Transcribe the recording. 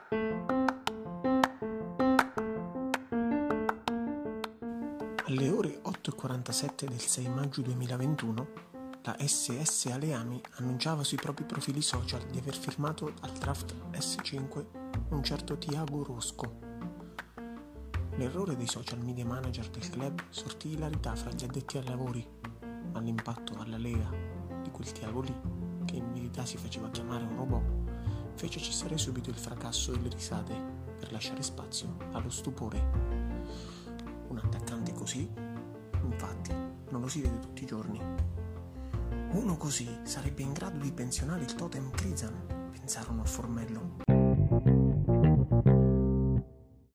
Alle ore 8:47 del 6 maggio 2021, la SS Aleami annunciava sui propri profili social di aver firmato al draft S5 un certo Thiago Rosco. L'errore dei social media manager del club sortì ilarità fra gli addetti ai lavori, ma l'impatto alla Lega di quel Thiago lì, che in verità si faceva chiamare un robot, fece cessare subito il fracasso e le risate per lasciare spazio allo stupore. Un attaccante così, infatti, non lo si vede tutti i giorni. Uno così sarebbe in grado di pensionare il totem Krizan, pensarono a Formello.